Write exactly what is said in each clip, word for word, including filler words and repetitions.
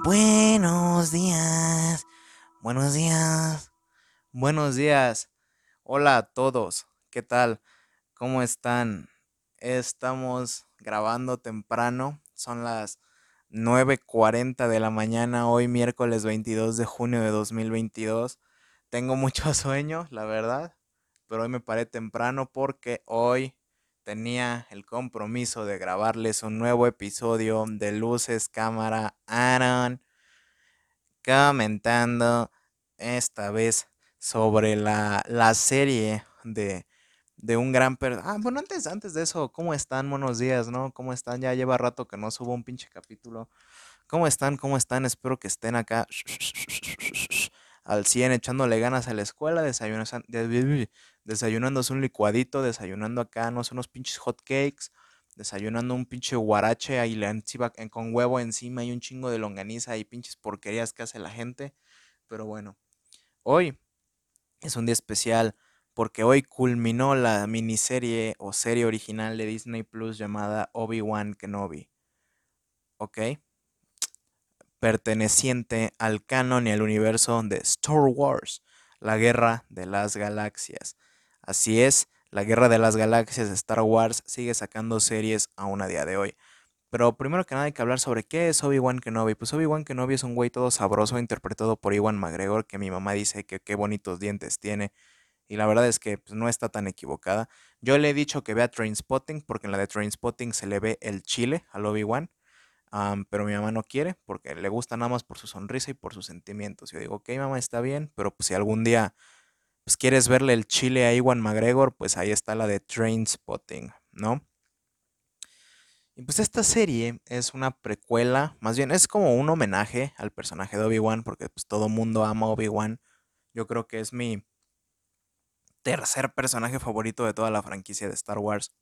Buenos días, buenos días, buenos días. Hola a todos, ¿qué tal? ¿Cómo están? Estamos grabando temprano, son las nueve cuarenta de la mañana, hoy miércoles veintidós de junio de dos mil veintidós. Tengo mucho sueño, la verdad, pero hoy me paré temprano porque hoy tenía el compromiso de grabarles un nuevo episodio de Luces, Cámara, Aaron, comentando esta vez sobre la, la serie de, de un gran... Per ah, bueno, antes, antes de eso, ¿cómo están? Buenos días, ¿no? ¿Cómo están? Ya lleva rato que no subo un pinche capítulo. ¿Cómo están? ¿Cómo están? Espero que estén acá al cien echándole ganas a la escuela, desayunas- de- desayunándose un licuadito, desayunando acá, no sé, unos pinches hot cakes, desayunando un pinche guarache ahí le- encima- en- con huevo encima y un chingo de longaniza y pinches porquerías que hace la gente. Pero bueno, hoy es un día especial porque hoy culminó la miniserie o serie original de Disney Plus llamada Obi-Wan Kenobi, ¿ok? Perteneciente al canon y al universo de Star Wars, la Guerra de las Galaxias. Así es, la Guerra de las Galaxias de Star Wars sigue sacando series aún a día de hoy. Pero primero que nada hay que hablar sobre qué es Obi-Wan Kenobi. Pues Obi-Wan Kenobi es un güey todo sabroso interpretado por Ewan McGregor, que mi mamá dice que qué bonitos dientes tiene. Y la verdad es que pues, no está tan equivocada. Yo le he dicho que vea Trainspotting, porque en la de Trainspotting se le ve el chile al Obi-Wan. Am, pero mi mamá no quiere porque le gusta nada más por su sonrisa y por sus sentimientos. Yo digo, ok, mamá, está bien, pero pues si algún día pues, quieres verle el chile a Iwan McGregor, pues ahí está la de Trainspotting, ¿no? Y pues esta serie es una precuela, más bien es como un homenaje al personaje de Obi-Wan, porque pues todo mundo ama a Obi-Wan. Yo creo que es mi tercer personaje favorito de toda la franquicia de Star Wars.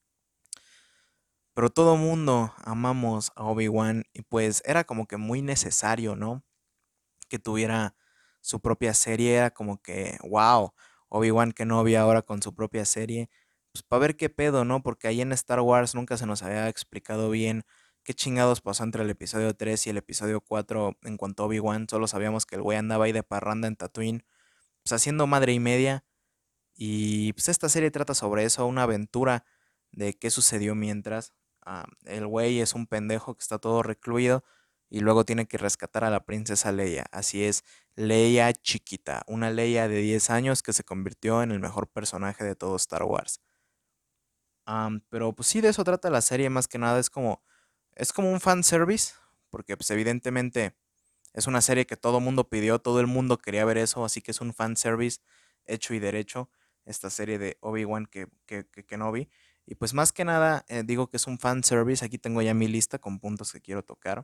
Pero todo mundo amamos a Obi-Wan y pues era como que muy necesario, ¿no? Que tuviera su propia serie, era como que, wow, Obi-Wan Kenobi ahora con su propia serie, pues para ver qué pedo, ¿no? Porque ahí en Star Wars nunca se nos había explicado bien qué chingados pasó entre el episodio tres y el episodio cuatro en cuanto a Obi-Wan, solo sabíamos que el güey andaba ahí de parranda en Tatooine, pues haciendo madre y media, y pues esta serie trata sobre eso, una aventura de qué sucedió mientras. Ah, el güey es un pendejo que está todo recluido y luego tiene que rescatar a la princesa Leia. Así es, Leia chiquita, una Leia de diez años que se convirtió en el mejor personaje de todo Star Wars. Am, pero pues sí, de eso trata la serie más que nada, es como, es como un fanservice, porque pues evidentemente es una serie que todo mundo pidió, todo el mundo quería ver eso, así que es un fanservice hecho y derecho, esta serie de Obi-Wan que, que, que Kenobi. Y pues más que nada, eh, digo que es un fanservice, aquí tengo ya mi lista con puntos que quiero tocar.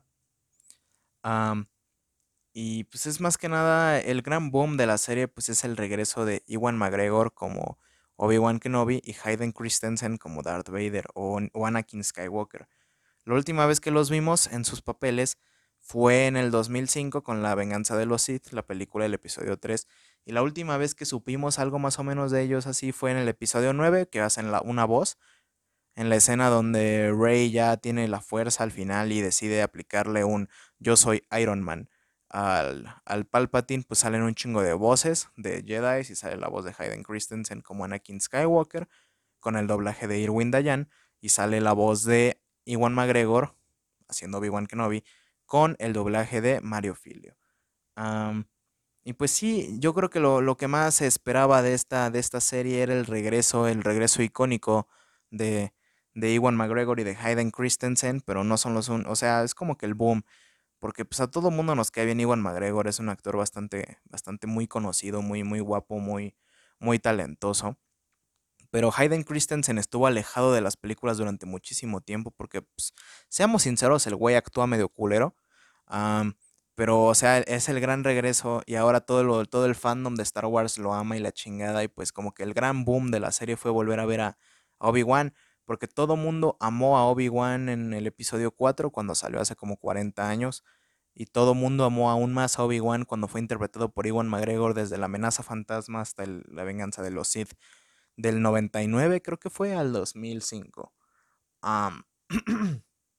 Am, y pues es más que nada el gran boom de la serie, pues es el regreso de Ewan McGregor como Obi-Wan Kenobi y Hayden Christensen como Darth Vader o, o Anakin Skywalker. La última vez que los vimos en sus papeles fue en el dos mil cinco con La venganza de los Sith, la película del episodio tres. Y la última vez que supimos algo más o menos de ellos así fue en el episodio nueve, que hacen la, una voz, en la escena donde Rey ya tiene la fuerza al final y decide aplicarle un yo soy Iron Man al, al Palpatine, pues salen un chingo de voces de Jedi y sale la voz de Hayden Christensen como Anakin Skywalker con el doblaje de Irwin Dayan y sale la voz de Iwan McGregor haciendo Obi-Wan Kenobi con el doblaje de Mario Filio. Am, y pues sí, yo creo que lo, lo que más se esperaba de esta, de esta serie era el regreso, el regreso icónico de, de Ewan McGregor y de Hayden Christensen, pero no son los un, o sea, es como que el boom, porque pues a todo mundo nos cae bien Ewan McGregor, es un actor bastante, bastante muy conocido, muy, muy guapo, muy, muy talentoso. Pero Hayden Christensen estuvo alejado de las películas durante muchísimo tiempo porque, pues, seamos sinceros, el güey actúa medio culero. am, pero, o sea, es el gran regreso y ahora todo, lo, todo el fandom de Star Wars lo ama y la chingada. Y pues como que el gran boom de la serie fue volver a ver a, a Obi-Wan. Porque todo mundo amó a Obi-Wan en el episodio cuatro cuando salió hace como cuarenta años. Y todo mundo amó aún más a Obi-Wan cuando fue interpretado por Ewan McGregor desde la amenaza fantasma hasta el- la venganza de los Sith del noventa y nueve creo que fue al dos mil cinco. Am,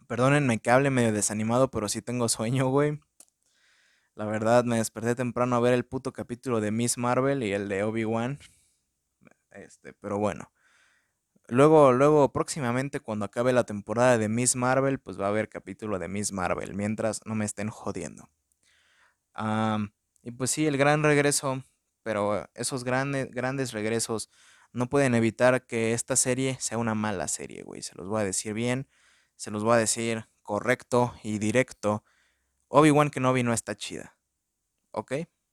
Perdónenme que hable medio desanimado, pero sí tengo sueño, güey. La verdad, me desperté temprano a ver el puto capítulo de Miss Marvel y el de Obi-Wan. Este, pero bueno. Luego, luego, próximamente, cuando acabe la temporada de Miss Marvel, pues va a haber capítulo de Miss Marvel, mientras no me estén jodiendo. Am, y pues sí, el gran regreso, pero esos grandes, grandes regresos no pueden evitar que esta serie sea una mala serie, güey. Se los voy a decir bien, se los voy a decir correcto y directo. Obi-Wan Kenobi no está chida, ¿ok?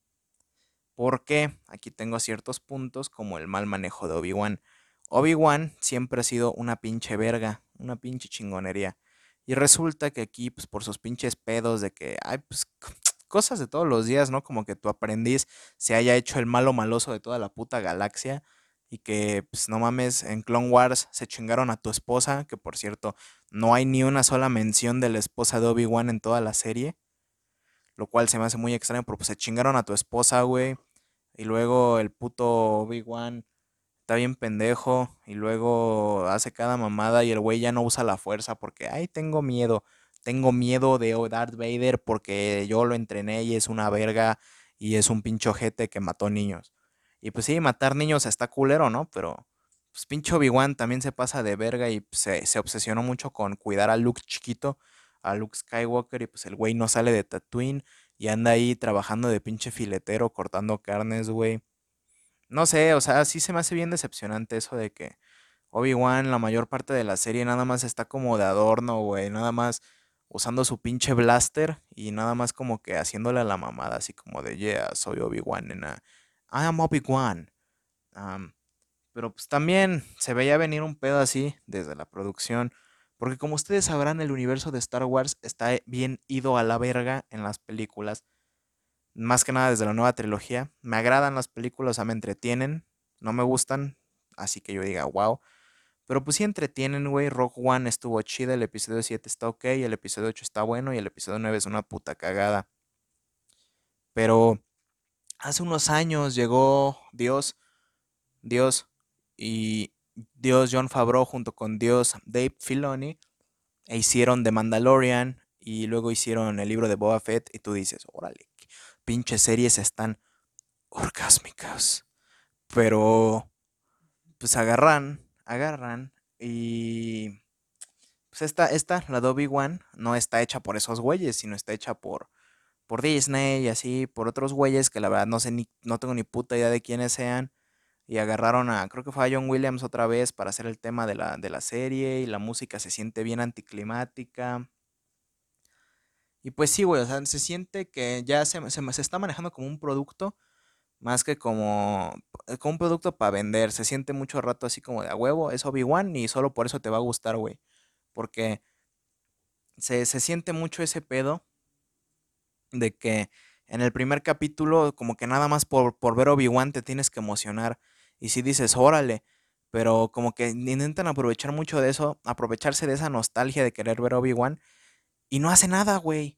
Porque aquí tengo ciertos puntos como el mal manejo de Obi-Wan. Obi-Wan siempre ha sido una pinche verga, una pinche chingonería. Y resulta que aquí, pues por sus pinches pedos de que, ay, pues cosas de todos los días, ¿no? Como que tu aprendiz se haya hecho el malo maloso de toda la puta galaxia. Y que, pues no mames, en Clone Wars se chingaron a tu esposa, que por cierto, no hay ni una sola mención de la esposa de Obi-Wan en toda la serie. Lo cual se me hace muy extraño, porque pues, se chingaron a tu esposa, güey. Y luego el puto Obi-Wan está bien pendejo. Y luego hace cada mamada y el güey ya no usa la fuerza porque, ay, tengo miedo. Tengo miedo de Darth Vader porque yo lo entrené y es una verga y es un pinche ojete que mató niños. Y pues sí, matar niños está culero, ¿no? Pero pues pinche Obi-Wan también se pasa de verga y pues, se, se obsesionó mucho con cuidar a Luke chiquito, a Luke Skywalker, y pues el güey no sale de Tatooine y anda ahí trabajando de pinche filetero cortando carnes, güey. No sé, o sea, sí se me hace bien decepcionante eso de que Obi-Wan la mayor parte de la serie nada más está como de adorno, güey, nada más usando su pinche blaster y nada más como que haciéndole a la mamada, así como de, yeah, soy Obi-Wan, nena. I am Obi-Wan. Am, pero pues también se veía venir un pedo así desde la producción, porque como ustedes sabrán, el universo de Star Wars está bien ido a la verga en las películas, más que nada desde la nueva trilogía. Me agradan las películas, o sea, me entretienen, no me gustan, así que yo diga, wow. Pero pues sí entretienen, güey. Rogue One estuvo chida, el episodio siete está ok, el episodio ocho está bueno y el episodio nueve es una puta cagada. Pero hace unos años llegó Dios, Dios y Dios John Favreau junto con Dios Dave Filoni e hicieron The Mandalorian y luego hicieron el libro de Boba Fett y tú dices, órale, qué pinches series están orgásmicas. Pero pues agarran, agarran y pues esta, esta, la de Obi-Wan, no está hecha por esos güeyes, sino está hecha por, por Disney y así, por otros güeyes que la verdad no sé ni, no tengo ni puta idea de quiénes sean. Y agarraron a, creo que fue a John Williams otra vez para hacer el tema de la, de la serie y la música se siente bien anticlimática. Y pues sí, güey, o sea, se siente que ya se, se, se está manejando como un producto más que como, eh, como un producto para vender. Se siente mucho rato así como de a huevo, es Obi-Wan y solo por eso te va a gustar, güey. Porque se, se siente mucho ese pedo de que en el primer capítulo, como que nada más por, por ver Obi-Wan te tienes que emocionar. Y si dices, órale, pero como que intentan aprovechar mucho de eso, aprovecharse de esa nostalgia de querer ver Obi-Wan y no hace nada, güey.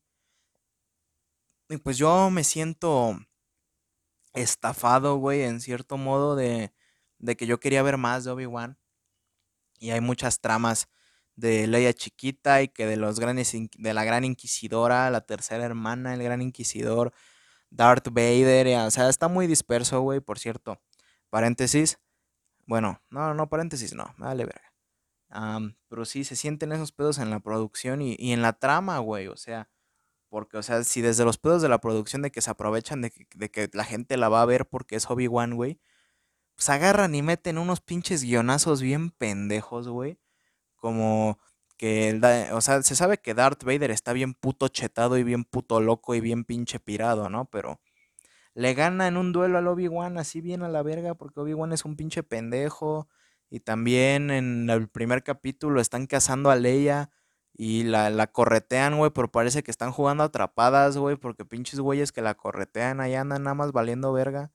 Y pues yo me siento estafado, güey, en cierto modo de, de que yo quería ver más de Obi-Wan. Y hay muchas tramas de Leia chiquita y que de los grandes, inq- de la gran inquisidora, la tercera hermana, el gran inquisidor, Darth Vader, eh, o sea, está muy disperso, güey, por cierto. Paréntesis, bueno, no, no, paréntesis, no, me vale verga. Am, pero sí, se sienten esos pedos en la producción y, y en la trama, güey, o sea, porque, o sea, si desde los pedos de la producción de que se aprovechan de que, de que la gente la va a ver porque es Obi-Wan, güey, pues agarran y meten unos pinches guionazos bien pendejos, güey, como que, el da- o sea, se sabe que Darth Vader está bien puto chetado y bien puto loco y bien pinche pirado, ¿no? Pero le gana en un duelo al Obi-Wan así bien a la verga porque Obi-Wan es un pinche pendejo. Y también en el primer capítulo están cazando a Leia y la, la corretean, güey, pero parece que están jugando atrapadas, güey, porque pinches güeyes que la corretean ahí andan nada más valiendo verga.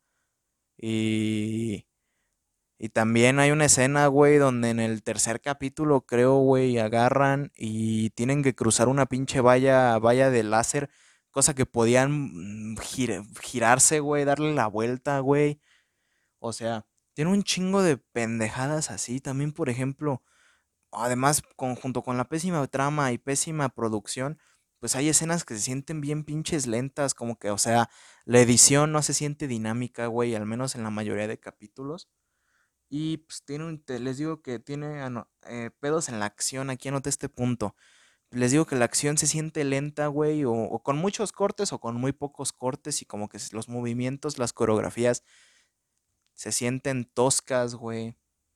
Y, y también hay una escena, güey, donde en el tercer capítulo, creo, güey, agarran y tienen que cruzar una pinche valla, valla de láser, cosa que podían mm, gir- girarse, güey, darle la vuelta, güey. O sea, tiene un chingo de pendejadas así. También, por ejemplo, además, con, junto con la pésima trama y pésima producción, pues hay escenas que se sienten bien pinches lentas, como que, o sea, la edición no se siente dinámica, güey, al menos en la mayoría de capítulos. Y pues tiene un, te- les digo que tiene ano- eh, pedos en la acción, aquí anoté este punto. Les digo que la acción se siente lenta, güey, o, o con muchos cortes o con muy pocos cortes y como que los movimientos, las coreografías se sienten toscas, güey.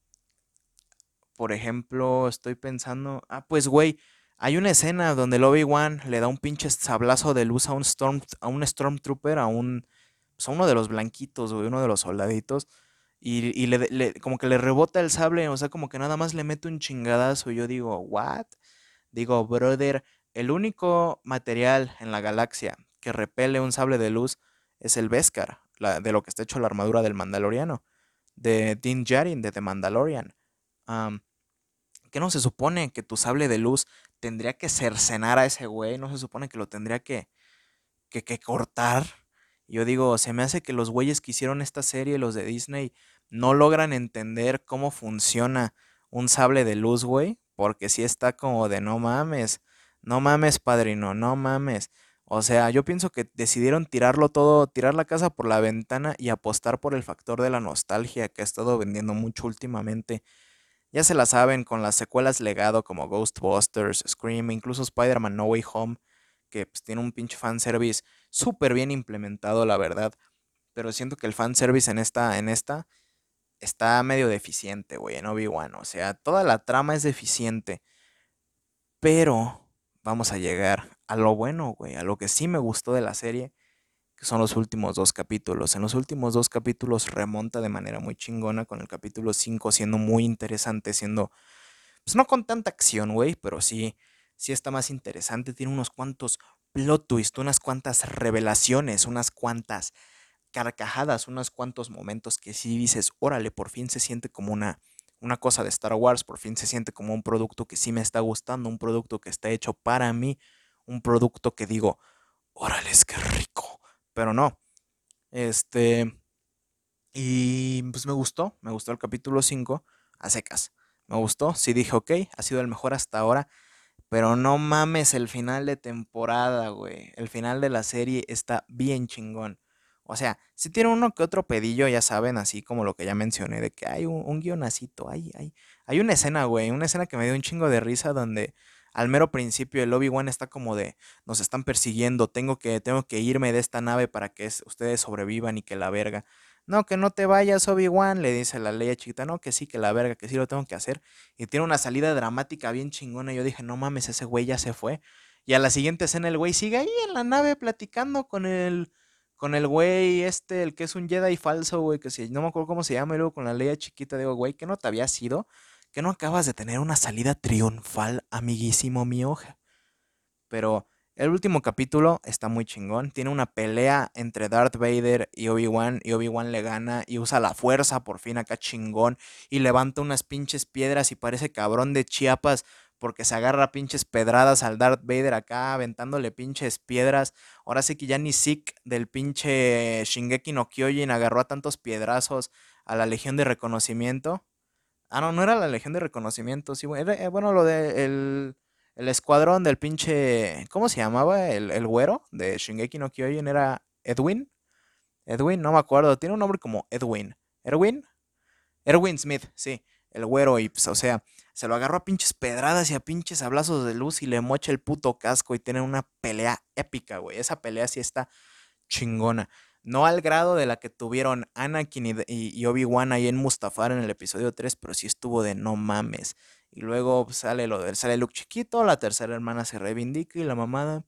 Por ejemplo, estoy pensando, ah, pues, güey, hay una escena donde el Obi-Wan le da un pinche sablazo de luz a un Storm, a un Stormtrooper, a un, pues, a uno de los blanquitos, güey, uno de los soldaditos, y, y le, le- como que le rebota el sable, o sea, como que nada más le mete un chingadazo, y yo digo, ¿what? Digo, brother, el único material en la galaxia que repele un sable de luz es el Beskar, la, de lo que está hecho la armadura del Mandaloriano, de Din Djarin, de The Mandalorian. Am, ¿Qué no se supone que tu sable de luz tendría que cercenar a ese güey? ¿No se supone que lo tendría que, que, que cortar? Yo digo, se me hace que los güeyes que hicieron esta serie, los de Disney, no logran entender cómo funciona un sable de luz, güey. Porque sí está como de no mames, no mames, padrino, no mames. O sea, yo pienso que decidieron tirarlo todo, tirar la casa por la ventana y apostar por el factor de la nostalgia que ha estado vendiendo mucho últimamente. Ya se la saben con las secuelas legado como Ghostbusters, Scream, incluso Spider-Man No Way Home, que pues, tiene un pinche fanservice súper bien implementado, la verdad. Pero siento que el fanservice en esta, en esta está medio deficiente, güey, en Obi-Wan. O sea, toda la trama es deficiente. Pero vamos a llegar a lo bueno, güey, a lo que sí me gustó de la serie, que son los últimos dos capítulos. En los últimos dos capítulos remonta de manera muy chingona, con el capítulo cinco siendo muy interesante, siendo pues no con tanta acción, güey, pero sí, sí está más interesante. Tiene unos cuantos plot twists, unas cuantas revelaciones, unas cuantas carcajadas, unos cuantos momentos que sí dices, órale, por fin se siente como una, una cosa de Star Wars, por fin se siente como un producto que sí me está gustando, un producto que está hecho para mí, un producto que digo, órale, es que rico. Pero no, este, y pues me gustó, me gustó el capítulo cinco a secas. Me gustó, sí dije, ok, ha sido el mejor hasta ahora. Pero no mames el final de temporada, güey. El final de la serie está bien chingón. O sea, si tiene uno que otro pedillo, ya saben, así como lo que ya mencioné, de que hay un, un guionacito, hay, hay, hay una escena, güey, una escena que me dio un chingo de risa donde al mero principio el Obi-Wan está como de, nos están persiguiendo, tengo que, tengo que irme de esta nave para que es- ustedes sobrevivan y que la verga. No, que no te vayas, Obi-Wan, le dice la Leia chiquita, no, que sí, que la verga, que sí lo tengo que hacer. Y tiene una salida dramática bien chingona. Yo dije, no mames, ese güey ya se fue. Y a la siguiente escena el güey sigue ahí en la nave platicando con el, con el güey este, el que es un Jedi falso, güey, que si no me acuerdo cómo se llama, y luego con la Leia chiquita, digo, güey, ¿qué no te había sido? ¿Que no acabas de tener una salida triunfal, amiguísimo mío? Pero el último capítulo está muy chingón. Tiene una pelea entre Darth Vader y Obi-Wan. Y Obi-Wan le gana y usa la fuerza por fin acá chingón. Y levanta unas pinches piedras y parece cabrón de Chiapas. Porque se agarra pinches pedradas al Darth Vader acá, aventándole pinches piedras. Ahora sí que ya ni Zeke del pinche Shingeki no Kyojin agarró a tantos piedrazos a la Legión de Reconocimiento. Ah, no, no era la Legión de Reconocimiento, sí, güey, era, eh, bueno, lo de el, el escuadrón del pinche, ¿cómo se llamaba? El, el güero de Shingeki no Kyojin era Edwin, Edwin, no me acuerdo, tiene un nombre como Edwin, Erwin, Erwin Smith, sí, el güero y pues, o sea, se lo agarró a pinches pedradas y a pinches hablazos de luz y le mocha el puto casco y tienen una pelea épica, güey, esa pelea sí está chingona. No al grado de la que tuvieron Anakin y, y- y Obi-Wan ahí en Mustafar en el episodio tres, pero sí estuvo de no mames. Y luego pues, sale lo del sale Luke chiquito, la tercera hermana se reivindica y la mamada.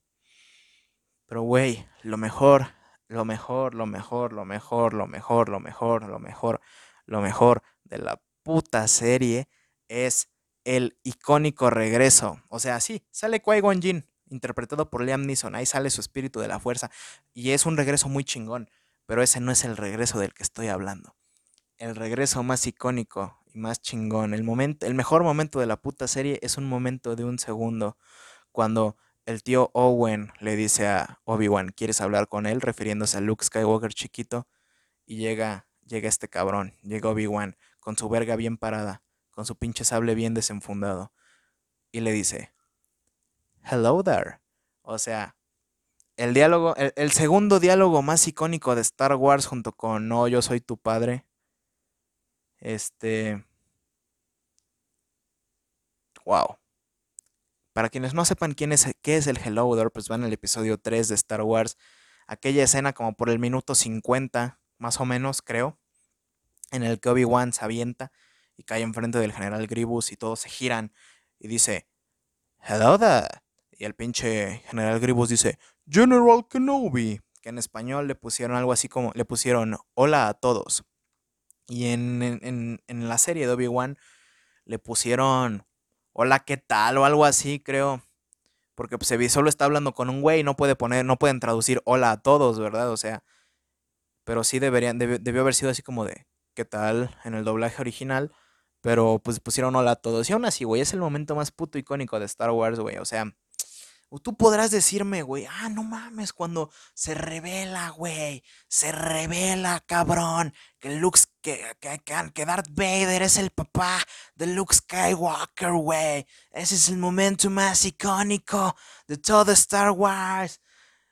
Pero güey, lo mejor, lo mejor, lo mejor, lo mejor, lo mejor, lo mejor, lo mejor, lo mejor de la puta serie es el icónico regreso. O sea, sí, sale Qui-Gon Jinn, interpretado por Liam Neeson. Ahí sale su espíritu de la fuerza. Y es un regreso muy chingón. Pero ese no es el regreso del que estoy hablando. El regreso más icónico y más chingón. El momento, el mejor momento de la puta serie es un momento de un segundo cuando el tío Owen le dice a Obi-Wan, ¿quieres hablar con él? Refiriéndose a Luke Skywalker chiquito. Y llega, llega este cabrón, llega Obi-Wan, con su verga bien parada, con su pinche sable bien desenfundado. y le dice, hello there. O sea, el diálogo, el, el segundo diálogo más icónico de Star Wars junto con No, yo soy tu padre. Este, wow. Para quienes no sepan quién es, qué es el Hello There, pues van al episodio tres de Star Wars. Aquella escena como por el minuto cincuenta, más o menos, creo, en el que Obi-Wan se avienta y cae enfrente del general Grievous y todos se giran y dice, hello there. Y el pinche general Grievous dice, General Kenobi. Que en español le pusieron algo así como, le pusieron hola a todos. Y en, en, en la serie de Obi-Wan le pusieron hola, ¿qué tal? O algo así, creo. Porque pues, se solo está hablando con un güey, no puede poner, no pueden traducir hola a todos, ¿verdad? O sea, pero sí deberían, debe- debió haber sido así como de, ¿qué tal? En el doblaje original. Pero pues pusieron hola a todos. Y aún así, güey, es el momento más puto icónico de Star Wars, güey. O sea, o tú podrás decirme, güey, ah, no mames, cuando se revela, güey, se revela, cabrón, que Luke, que, que, que, que Darth Vader es el papá de Luke Skywalker, güey. Ese es el momento más icónico de todo Star Wars.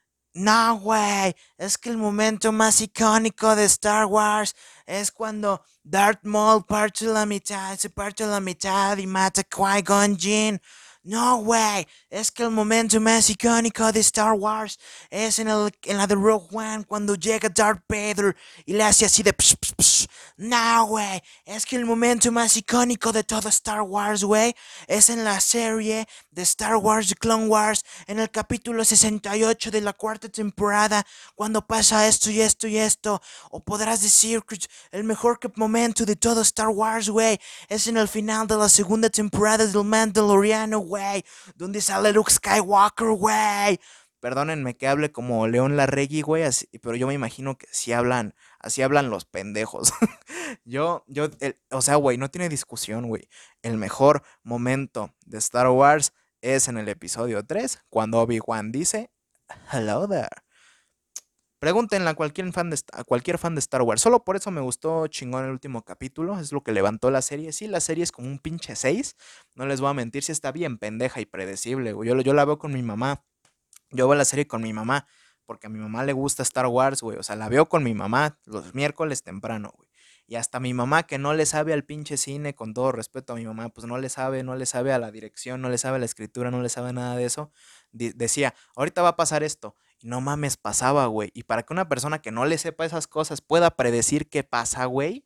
No, güey, es que el momento más icónico de Star Wars es cuando Darth Maul parte la mitad, se parte la mitad y mata a Qui-Gon Jinn. No, güey, es que el momento más icónico de Star Wars es en, el, en la de Rogue One cuando llega Darth Vader y le hace así de psh, psh, psh. No, güey, es que el momento más icónico de todo Star Wars, güey, es en la serie de Star Wars The Clone Wars en el capítulo sesenta y ocho de la cuarta temporada, cuando pasa esto y esto y esto. O podrás decir que el mejor momento de todo Star Wars, güey, es en el final de la segunda temporada del Mandaloriano, güey, donde sale Luke Skywalker, güey. Perdónenme que hable como León Larregui, güey, así, pero yo me imagino que así hablan, así hablan los pendejos. yo, yo, el, o sea, güey, no tiene discusión, güey. El mejor momento de Star Wars es en el episodio tres, cuando Obi-Wan dice, hello there. Pregúntenle a cualquier, fan de, a cualquier fan de Star Wars. Solo por eso me gustó chingón el último capítulo. Es lo que levantó la serie. Sí, la serie es como un pinche seis. No les voy a mentir, sí está bien pendeja y predecible. Güey. Yo, yo la veo con mi mamá. Yo veo la serie con mi mamá. Porque a mi mamá le gusta Star Wars, güey. O sea, la veo con mi mamá los miércoles temprano, güey. Y hasta mi mamá que no le sabe al pinche cine, con todo respeto a mi mamá, pues no le sabe, no le sabe a la dirección, no le sabe a la escritura, no le sabe nada de eso. Di- decía, ahorita va a pasar esto. Y no mames, pasaba, güey. Y para que una persona que no le sepa esas cosas pueda predecir qué pasa, güey,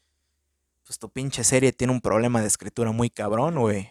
pues tu pinche serie tiene un problema de escritura muy cabrón, güey.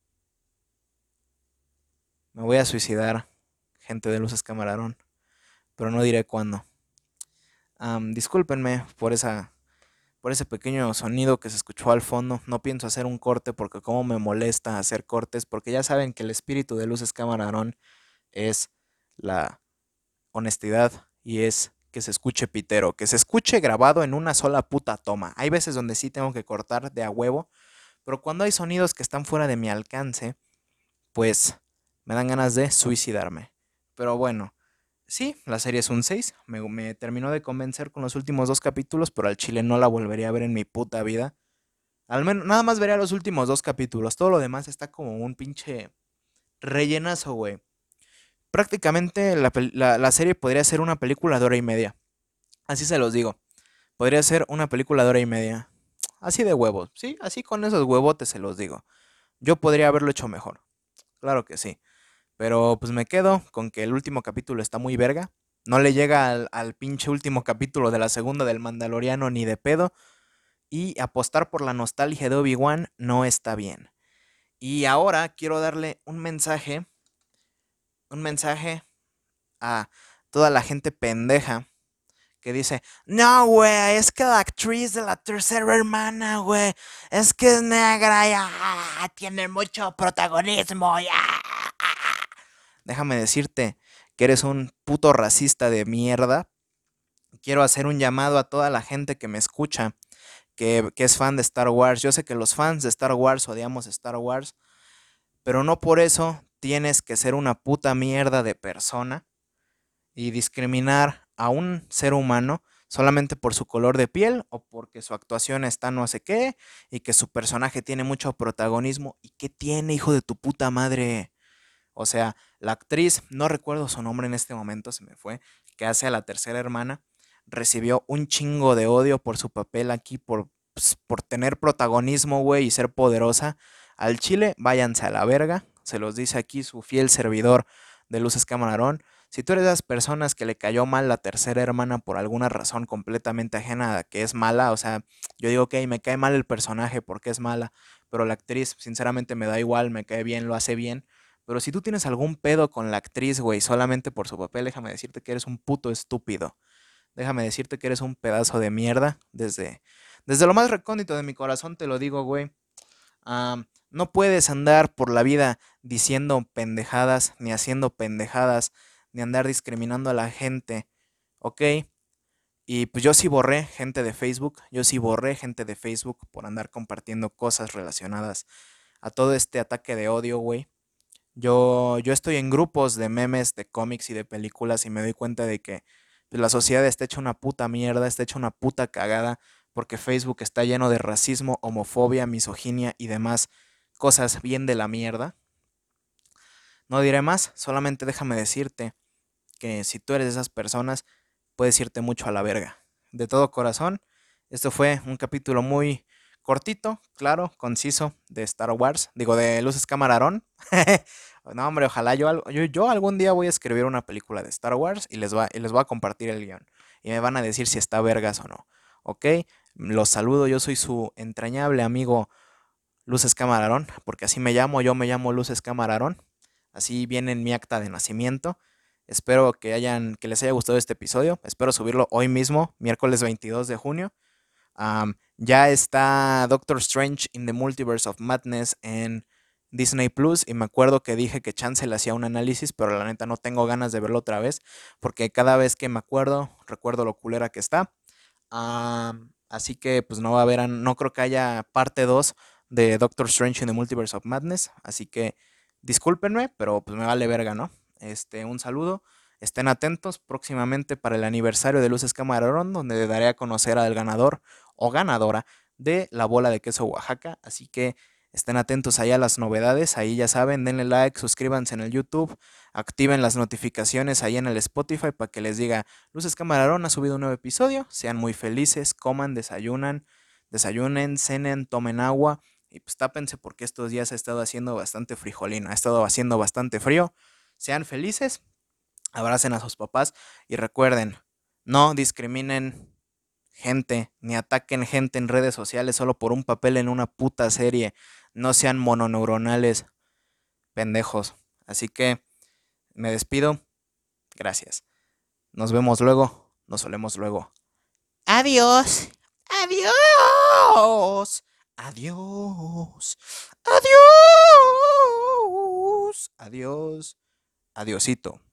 Me voy a suicidar, gente de Luces Camarón, pero no diré cuándo. Am, discúlpenme por esa, por ese pequeño sonido que se escuchó al fondo. No pienso hacer un corte porque como me molesta hacer cortes, porque ya saben que el espíritu de Luces Camarón es la honestidad y es que se escuche pitero, que se escuche grabado en una sola puta toma. Hay veces donde sí tengo que cortar de a huevo, pero cuando hay sonidos que están fuera de mi alcance, pues me dan ganas de suicidarme. Pero bueno, sí, la serie es un seis. Me, me terminó de convencer con los últimos dos capítulos, pero al chile no la volvería a ver en mi puta vida. Al menos, nada más vería los últimos dos capítulos. Todo lo demás está como un pinche rellenazo, güey. Prácticamente la, la, la serie podría ser una película de hora y media. Así se los digo. Podría ser una película de hora y media. Así de huevos, ¿sí? Así con esos huevotes se los digo. Yo podría haberlo hecho mejor. Claro que sí. Pero pues me quedo con que el último capítulo está muy verga. No le llega al, al pinche último capítulo de la segunda del Mandaloriano ni de pedo. Y apostar por la nostalgia de Obi-Wan no está bien. Y ahora quiero darle un mensaje. Un mensaje a toda la gente pendeja que dice, no, güey, es que la actriz de la tercera hermana, güey, es que es negra y ah, tiene mucho protagonismo. Y, ah, ah, ah". Déjame decirte que eres un puto racista de mierda. Quiero hacer un llamado a toda la gente que me escucha, que, que es fan de Star Wars. Yo sé que los fans de Star Wars odiamos Star Wars, pero no por eso tienes que ser una puta mierda de persona y discriminar a un ser humano solamente por su color de piel o porque su actuación está no sé qué y que su personaje tiene mucho protagonismo. ¿Y qué tiene, hijo de tu puta madre? O sea, la actriz, no recuerdo su nombre en este momento, se me fue, que hace a la tercera hermana, recibió un chingo de odio por su papel aquí, por, pues, por tener protagonismo, güey, y ser poderosa. Al chile, váyanse a la verga. Se los dice aquí su fiel servidor de Luces Camarón. Si tú eres de esas personas que le cayó mal la tercera hermana por alguna razón completamente ajena a que es mala, o sea, yo digo, ok, me cae mal el personaje porque es mala, pero la actriz, sinceramente, me da igual, me cae bien, lo hace bien. Pero si tú tienes algún pedo con la actriz, güey, solamente por su papel, déjame decirte que eres un puto estúpido. Déjame decirte que eres un pedazo de mierda. Desde, desde lo más recóndito de mi corazón te lo digo, güey. Am, no puedes andar por la vida diciendo pendejadas, ni haciendo pendejadas, ni andar discriminando a la gente, ¿ok? Y pues yo sí borré gente de Facebook, yo sí borré gente de Facebook por andar compartiendo cosas relacionadas a todo este ataque de odio, güey. Yo, yo estoy en grupos de memes, de cómics y de películas y me doy cuenta de que pues, la sociedad está hecha una puta mierda, está hecha una puta cagada, porque Facebook está lleno de racismo, homofobia, misoginia y demás cosas bien de la mierda. No diré más, solamente déjame decirte que si tú eres de esas personas, puedes irte mucho a la verga. De todo corazón, esto fue un capítulo muy cortito, claro, conciso de Star Wars, digo, de Luces Camarón. No, hombre, ojalá yo, al- yo, yo algún día voy a escribir una película de Star Wars y les, va, y les voy a compartir el guión. Y me van a decir si está vergas o no. ¿Ok? Los saludo, yo soy su entrañable amigo Luces Camarón, porque así me llamo, yo me llamo Luces Camarón. Así viene en mi acta de nacimiento. Espero que hayan, que les haya gustado este episodio. Espero subirlo hoy mismo, miércoles veintidós de junio. Am, ya está Doctor Strange in the Multiverse of Madness en Disney Plus. Y me acuerdo que dije que Chance le hacía un análisis, pero la neta no tengo ganas de verlo otra vez. Porque cada vez que me acuerdo, recuerdo lo culera que está. Am, así que pues no va a haber, an- no creo que haya parte dos de Doctor Strange in the Multiverse of Madness. Así que discúlpenme, pero pues me vale verga, ¿no? Este, un saludo. Estén atentos próximamente para el aniversario de Luces Camarón, donde daré a conocer al ganador o ganadora de la bola de queso Oaxaca. Así que estén atentos ahí a las novedades. Ahí ya saben, denle like, suscríbanse en el YouTube, activen las notificaciones ahí en el Spotify para que les diga Luces Camarón ha subido un nuevo episodio. Sean muy felices, coman, desayunan, desayunen, cenen, tomen agua y pues tápense porque estos días ha estado haciendo bastante frijolino, ha estado haciendo bastante frío. Sean felices, abracen a sus papás y recuerden, no discriminen gente, ni ataquen gente en redes sociales solo por un papel en una puta serie. No sean mononeuronales, pendejos. Así que me despido. Gracias. Nos vemos luego. Nos solemos luego. Adiós. Adiós. Adiós. Adiós. Adiós. Adiosito.